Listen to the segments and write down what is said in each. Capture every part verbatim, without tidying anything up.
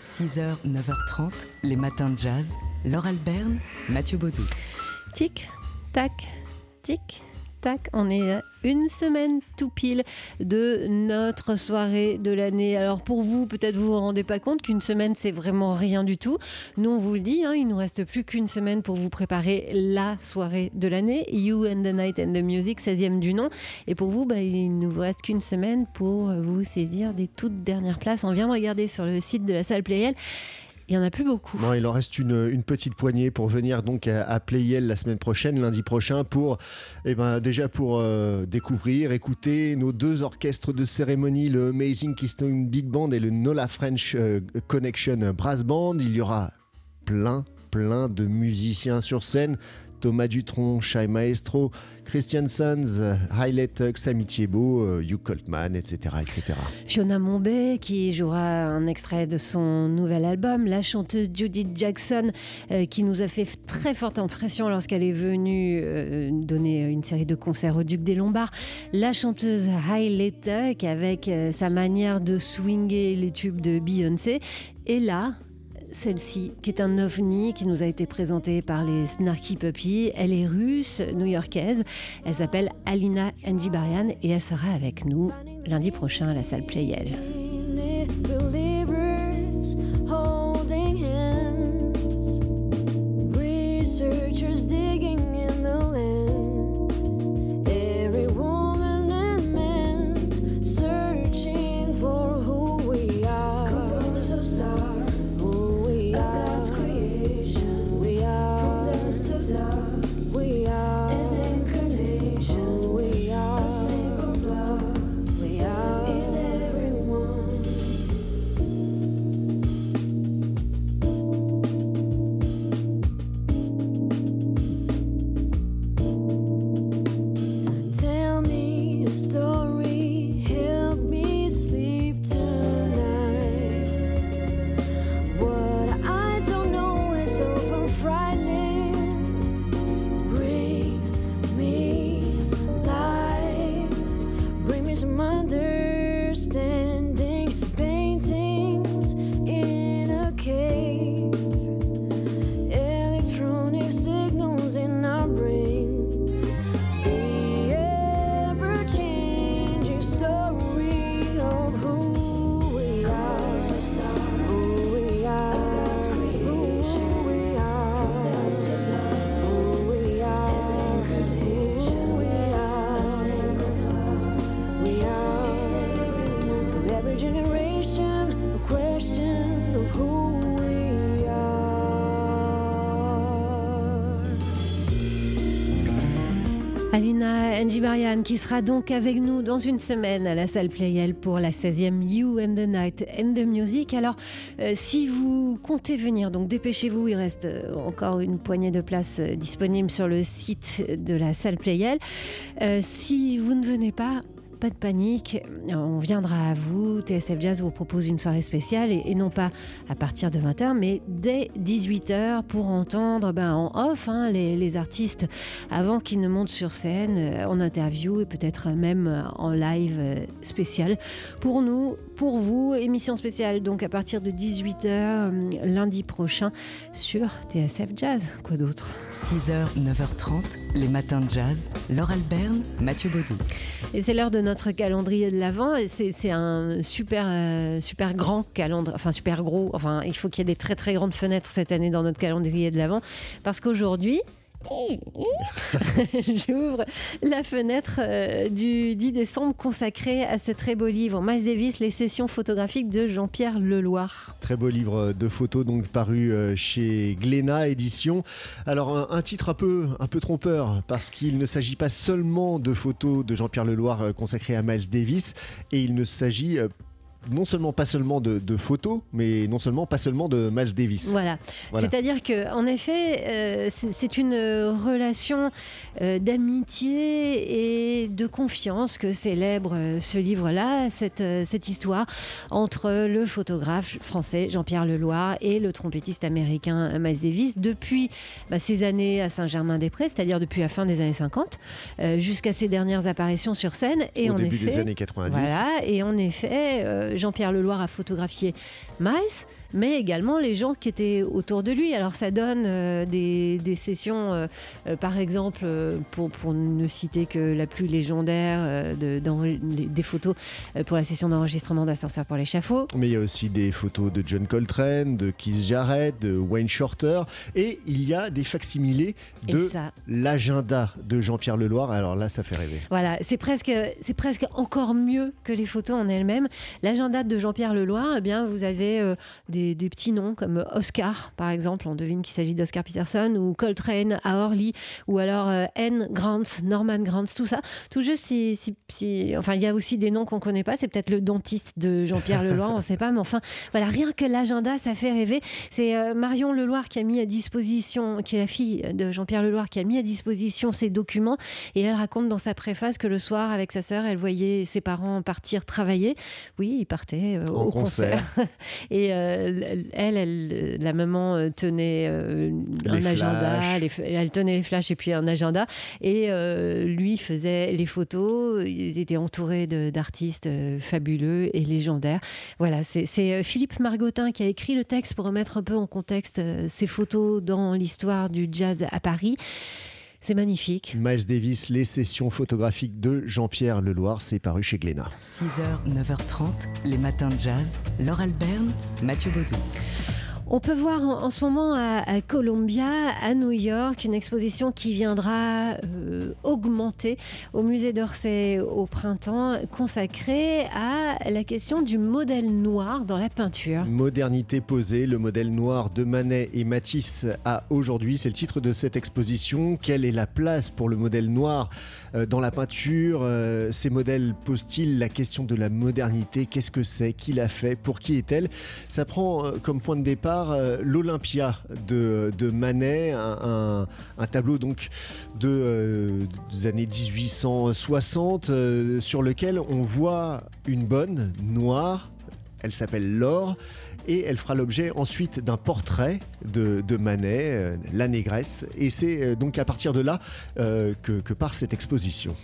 six heures, neuf heures trente, les matins de jazz. Laure Alberne, Mathieu Baudou. Tic, tac, tic, tac. On est à une semaine tout pile de notre soirée de l'année. Alors pour vous, peut-être vous vous rendez pas compte qu'une semaine, c'est vraiment rien du tout. Nous, on vous le dit, hein, il nous reste plus qu'une semaine pour vous préparer la soirée de l'année. You and the Night and the Music, seizième du nom. Et pour vous, bah, il ne vous reste qu'une semaine pour vous saisir des toutes dernières places. On vient de regarder sur le site de la salle Playel. Il n'y en a plus beaucoup. Non, il en reste une, une petite poignée pour venir donc à, à Playel la semaine prochaine, lundi prochain, pour eh ben, déjà pour euh, découvrir, écouter nos deux orchestres de cérémonie, le Amazing Keystone Big Band et le Nola French euh, Connection Brass Band. Il y aura plein, plein de musiciens sur scène. Thomas Dutronc, Shai Maestro, Christian Sands, Hayley Tux, Sami Thiebaud, Hugh Coltman, et cetera, et cetera. Fiona Mombay qui jouera un extrait de son nouvel album, la chanteuse Judith Jackson euh, qui nous a fait très forte impression lorsqu'elle est venue euh, donner une série de concerts au Duc des Lombards, la chanteuse Hayley Tux avec euh, sa manière de swinger les tubes de Beyoncé, et là celle-ci, qui est un ovni, qui nous a été présentée par les Snarky Puppy. Elle est russe, new-yorkaise. Elle s'appelle Alina Endjibarian et elle sera avec nous lundi prochain à la salle Playel. Alina Endjibarian qui sera donc avec nous dans une semaine à la salle Playel pour la seizième You and the Night and the Music. Alors euh, si vous comptez venir, donc dépêchez-vous, il reste encore une poignée de places disponibles sur le site de la salle Playel. Euh, si vous ne venez pas, pas de panique, on viendra à vous. T S F Jazz vous propose une soirée spéciale et, et non pas à partir de vingt heures, mais dès dix-huit heures pour entendre ben, en off hein, les, les artistes avant qu'ils ne montent sur scène, euh, en interview et peut-être même en live euh, spécial. Pour nous, pour vous, émission spéciale donc à partir de dix-huit heures euh, lundi prochain sur T S F Jazz. Quoi d'autre ? six heures, neuf heures trente, les matins de jazz. Laure Alberne, Mathieu Baudou. Et c'est l'heure de notre calendrier de l'Avent. C'est, c'est un super, euh, super grand calendrier, enfin super gros. Enfin, il faut qu'il y ait des très très grandes fenêtres cette année dans notre calendrier de l'Avent, parce qu'aujourd'hui, j'ouvre la fenêtre euh, du dix décembre consacrée à ce très beau livre, Miles Davis, les sessions photographiques de Jean-Pierre Leloir. Très beau livre de photos donc paru euh, chez Glénat Éditions. Alors un, un titre un peu, un peu trompeur parce qu'il ne s'agit pas seulement de photos de Jean-Pierre Leloir euh, consacrées à Miles Davis, et il ne s'agit euh, non seulement pas seulement de, de photos, mais non seulement pas seulement de Miles Davis. Voilà. voilà. C'est-à-dire que, en effet, euh, c'est, c'est une relation euh, d'amitié et de confiance que célèbre euh, ce livre-là, cette, euh, cette histoire entre le photographe français Jean-Pierre Leloir et le trompettiste américain Miles Davis depuis bah, ses années à Saint-Germain-des-Prés, c'est-à-dire depuis la fin des années cinquante, euh, jusqu'à ses dernières apparitions sur scène. Et Au en début effet, des années quatre-vingt-dix. Voilà. Et en effet, euh, Jean-Pierre Leloir a photographié Miles, mais également les gens qui étaient autour de lui. Alors ça donne euh, des, des sessions, euh, euh, par exemple, euh, pour, pour ne citer que la plus légendaire, euh, de, dans les, des photos euh, pour la session d'enregistrement d'Ascenseur pour l'échafaud. Mais il y a aussi des photos de John Coltrane, de Keith Jarrett, de Wayne Shorter, et il y a des facsimilés de ça... l'agenda de Jean-Pierre Leloir. Alors là, ça fait rêver. Voilà, c'est presque, c'est presque encore mieux que les photos en elles-mêmes. L'agenda de Jean-Pierre Leloir, eh bien, vous avez euh, des, des petits noms comme Oscar, par exemple, on devine qu'il s'agit d'Oscar Peterson, ou Coltrane à Orly, ou alors euh, N. Grant, Norman Grant, tout ça. Tout juste si, si, si... Enfin, il y a aussi des noms qu'on ne connaît pas, c'est peut-être le dentiste de Jean-Pierre Leloir, on ne sait pas, mais enfin, voilà, rien que l'agenda, ça fait rêver. C'est euh, Marion Leloir qui a mis à disposition, qui est la fille de Jean-Pierre Leloir, qui a mis à disposition ces documents, et elle raconte dans sa préface que le soir, avec sa sœur, elle voyait ses parents partir travailler. Oui, ils partaient euh, au concert. concert. Et euh, elle, elle, la maman tenait euh, un agenda, les, elle tenait les flashs et puis un agenda, et euh, lui faisait les photos. Ils étaient entourés de, d'artistes euh, fabuleux et légendaires. Voilà, c'est, c'est Philippe Margottin qui a écrit le texte pour remettre un peu en contexte euh, ces photos dans l'histoire du jazz à Paris. C'est magnifique. Miles Davis, les sessions photographiques de Jean-Pierre Leloir, c'est paru chez Glénat. six heures, neuf heures trente, les matins de jazz. Laure Alberne, Mathieu Baudou. On peut voir en, en ce moment à, à Columbia, à New York, une exposition qui viendra euh, augmenter au musée d'Orsay au printemps, consacrée à la question du modèle noir dans la peinture. Modernité posée, le modèle noir de Manet et Matisse à aujourd'hui, c'est le titre de cette exposition. Quelle est la place pour le modèle noir euh, dans la peinture? euh, Ces modèles posent-ils la question de la modernité? Qu'est-ce que c'est? Qui l'a fait? Pour qui est-elle? Ça prend euh, comme point de départ l'Olympia de, de Manet, un, un, un tableau donc de, euh, des années dix-huit cent soixante euh, sur lequel on voit une bonne noire, elle s'appelle Laure, et elle fera l'objet ensuite d'un portrait de, de Manet, euh, la négresse, et c'est euh, donc à partir de là euh, que, que part cette exposition.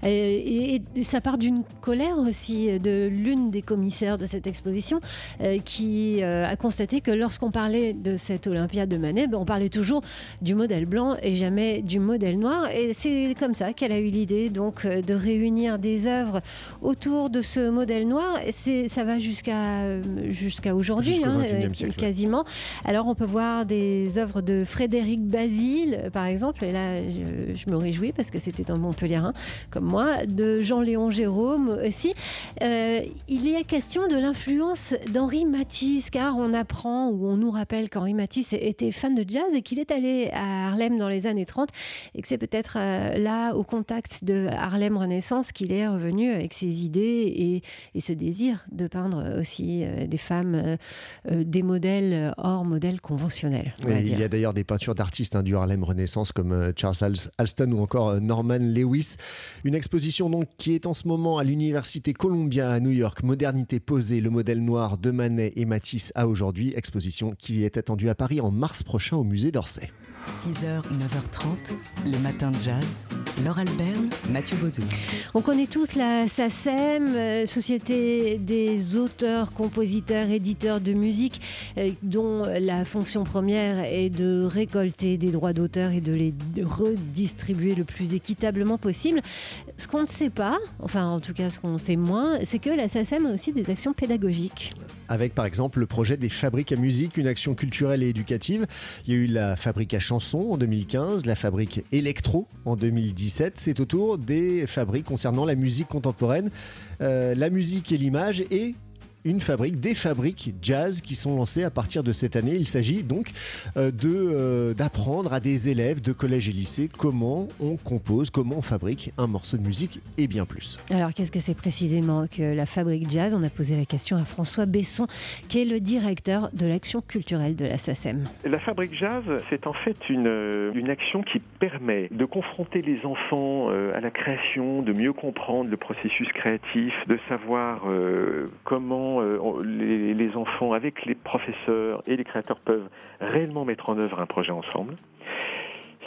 Et, et, et ça part d'une colère aussi de l'une des commissaires de cette exposition euh, qui euh, a constaté que lorsqu'on parlait de cette Olympia de Manet, ben, on parlait toujours du modèle blanc et jamais du modèle noir, et c'est comme ça qu'elle a eu l'idée donc de réunir des œuvres autour de ce modèle noir. Et c'est, ça va jusqu'à, jusqu'à aujourd'hui. Jusqu'au Hein, vingt-et-unième siècle, quasiment. Alors on peut voir des œuvres de Frédéric Basile, par exemple, et là je, je me réjouis parce que c'était un Montpelliérain comme moi, de Jean-Léon Gérôme aussi. Euh, il y a question de l'influence d'Henri Matisse, car on apprend ou on nous rappelle qu'Henri Matisse était fan de jazz et qu'il est allé à Harlem dans les années trente, et que c'est peut-être euh, là, au contact de Harlem Renaissance, qu'il est revenu avec ses idées et, et ce désir de peindre aussi euh, des femmes euh, Euh, des modèles hors modèles conventionnels. Il y a d'ailleurs des peintures d'artistes hein, du Harlem Renaissance comme euh, Charles Alston ou encore euh, Norman Lewis. Une exposition donc qui est en ce moment à l'université Columbia à New York. Modernité posée, le modèle noir de Manet et Matisse à aujourd'hui. Exposition qui est attendue à Paris en mars prochain au musée d'Orsay. six heures, neuf heures trente, les matins de jazz. Laure Alberne, Mathieu Baudou. On connaît tous la SACEM, euh, Société des auteurs, compositeurs, éditeurs de musique, euh, dont la fonction première est de récolter des droits d'auteur et de les redistribuer le plus équitablement possible. Ce qu'on ne sait pas, enfin en tout cas ce qu'on sait moins, c'est que la SACEM a aussi des actions pédagogiques. Avec par exemple le projet des Fabriques à musique, une action culturelle et éducative. Il y a eu la Fabrique à chansons en deux mille quinze, la Fabrique électro en deux mille dix-sept. C'est autour des fabriques concernant la musique contemporaine, euh, la musique et l'image, et une fabrique, des fabriques jazz qui sont lancées à partir de cette année. Il s'agit donc euh, de, euh, d'apprendre à des élèves de collège et lycée comment on compose, comment on fabrique un morceau de musique et bien plus. Alors qu'est-ce que c'est précisément que la fabrique jazz? On a posé la question à François Besson, qui est le directeur de l'action culturelle de la SACEM. La fabrique jazz, c'est en fait une, une action qui permet de confronter les enfants euh, à la création, de mieux comprendre le processus créatif, de savoir euh, comment Les, les enfants, avec les professeurs et les créateurs, peuvent réellement mettre en œuvre un projet ensemble.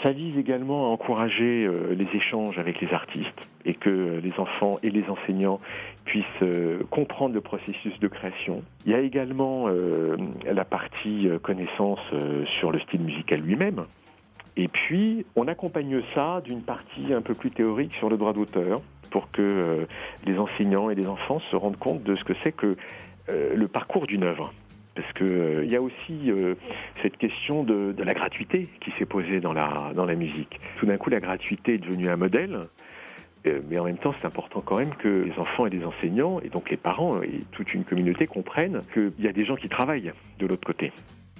Ça vise également à encourager euh, les échanges avec les artistes et que les enfants et les enseignants puissent euh, comprendre le processus de création. Il y a également euh, la partie euh, connaissance euh, sur le style musical lui-même. Et puis, on accompagne ça d'une partie un peu plus théorique sur le droit d'auteur pour que euh, les enseignants et les enfants se rendent compte de ce que c'est que euh, le parcours d'une œuvre. Parce qu'il euh, y a aussi euh, cette question de, de la gratuité qui s'est posée dans la, dans la musique. Tout d'un coup, la gratuité est devenue un modèle, euh, mais en même temps, c'est important quand même que les enfants et les enseignants, et donc les parents et toute une communauté comprennent qu'il y a des gens qui travaillent de l'autre côté.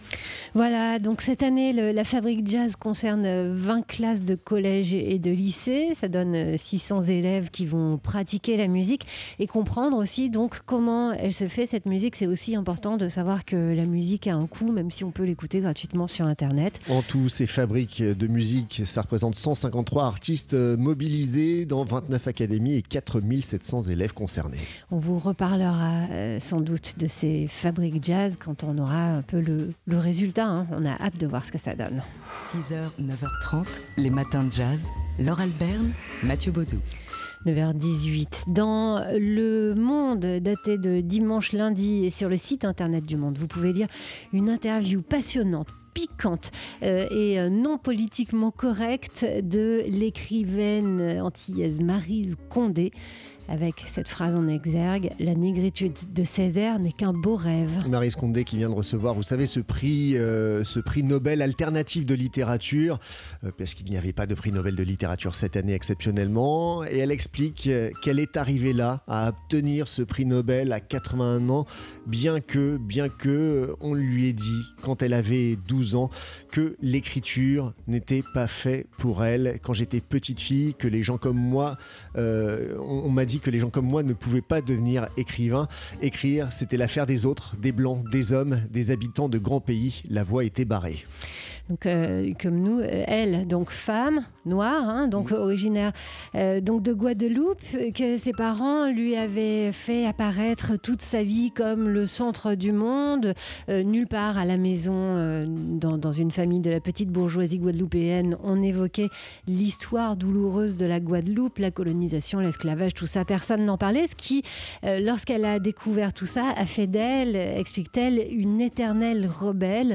Voilà, donc cette année, le, la Fabrique Jazz concerne vingt classes de collège et de lycée. Ça donne six cents élèves qui vont pratiquer la musique et comprendre aussi donc comment elle se fait, cette musique. C'est aussi important de savoir que la musique a un coût, même si on peut l'écouter gratuitement sur Internet. En tout, ces fabriques de musique, ça représente cent cinquante-trois artistes mobilisés dans vingt-neuf académies et quatre mille sept cents élèves concernés. On vous reparlera euh, sans doute de ces Fabriques Jazz quand on aura un peu le, le résultat. Hein. On a hâte de voir ce que ça donne. six heures, neuf heures trente, les matins de jazz. Laure Alberne, Mathieu Baudou. neuf heures dix-huit. Dans Le Monde, daté de dimanche lundi, et sur le site internet du Monde, vous pouvez lire une interview passionnante, piquante euh, et euh, non politiquement correcte de l'écrivaine antillaise Maryse Condé, avec cette phrase en exergue: la négritude de Césaire n'est qu'un beau rêve. Maryse Condé qui vient de recevoir, vous savez, ce prix, euh, ce prix Nobel alternatif de littérature, euh, parce qu'il n'y avait pas de prix Nobel de littérature cette année exceptionnellement, et elle explique qu'elle est arrivée là à obtenir ce prix Nobel à quatre-vingt-un ans, bien que, bien que on lui ait dit quand elle avait douze ans que l'écriture n'était pas fait pour elle. Quand j'étais petite fille, que les gens comme moi, euh, on, on m'a dit que les gens comme moi ne pouvaient pas devenir écrivains. Écrire, c'était l'affaire des autres, des blancs, des hommes, des habitants de grands pays. La voie était barrée. Donc, euh, comme nous, euh, elle, donc femme, noire, hein, donc mmh. originaire euh, donc de Guadeloupe, que ses parents lui avaient fait apparaître toute sa vie comme le centre du monde, euh, nulle part à la maison, euh, dans, dans une famille de la petite bourgeoisie guadeloupéenne, on évoquait l'histoire douloureuse de la Guadeloupe, la colonisation, l'esclavage, tout ça, personne n'en parlait, ce qui, euh, lorsqu'elle a découvert tout ça, a fait d'elle, explique-t-elle, une éternelle rebelle.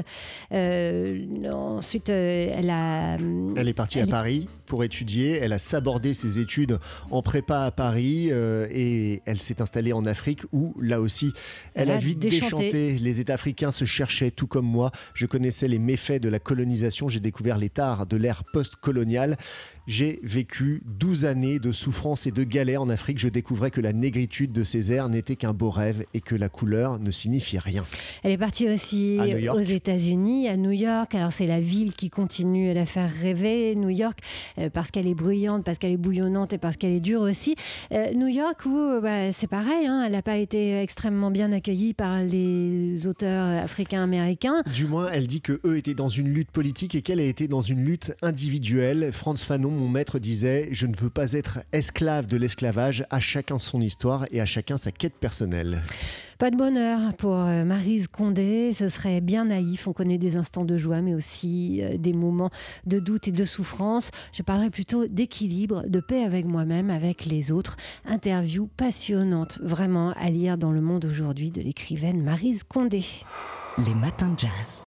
Euh, Ensuite, euh, elle a... Elle est partie elle à est... Paris pour étudier. Elle a sabordé ses études en prépa à Paris euh, et elle s'est installée en Afrique où, là aussi, elle, elle a, a vite déchanté. déchanté. Les États africains se cherchaient, tout comme moi. Je connaissais les méfaits de la colonisation. J'ai découvert les tares de l'ère post-coloniale. J'ai vécu douze années de souffrance et de galère en Afrique. Je découvrais que la négritude de Césaire n'était qu'un beau rêve et que la couleur ne signifie rien. Elle est partie aussi aux États-Unis, à New York. Alors c'est la ville qui continue à la faire rêver, New York, euh, parce qu'elle est bruyante, parce qu'elle est bouillonnante et parce qu'elle est dure aussi. Euh, New York où bah, c'est pareil, hein, elle n'a pas été extrêmement bien accueillie par les auteurs africains-américains. Du moins, elle dit qu'eux étaient dans une lutte politique et qu'elle a été dans une lutte individuelle. Frantz Fanon, mon maître, disait « Je ne veux pas être esclave de l'esclavage, à chacun son histoire et à chacun sa quête personnelle ». Pas de bonheur pour Maryse Condé, ce serait bien naïf. On connaît des instants de joie, mais aussi des moments de doute et de souffrance. Je parlerai plutôt d'équilibre, de paix avec moi-même, avec les autres. Interview passionnante, vraiment à lire dans Le Monde aujourd'hui de l'écrivaine Maryse Condé. Les matins de jazz.